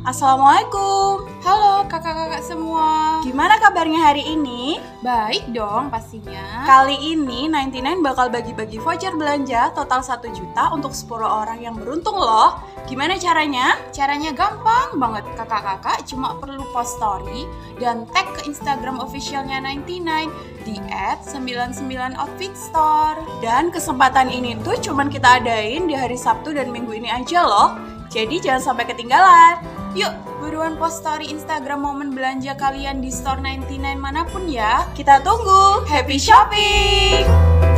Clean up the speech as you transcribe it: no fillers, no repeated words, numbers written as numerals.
Assalamualaikum. Halo kakak-kakak semua. Gimana kabarnya hari ini? Baik dong pastinya. Kali ini 99 bakal bagi-bagi voucher belanja total 1 juta untuk 10 orang yang beruntung loh. Gimana caranya? Caranya gampang banget kakak-kakak, cuma perlu post story dan tag ke Instagram officialnya 99 di @99outfitstore. Dan kesempatan ini tuh cuman kita adain di hari Sabtu dan Minggu ini aja loh. Jadi jangan sampai ketinggalan. Yuk, buruan post story Instagram momen belanja kalian di store 99 manapun ya. Kita tunggu. Happy shopping!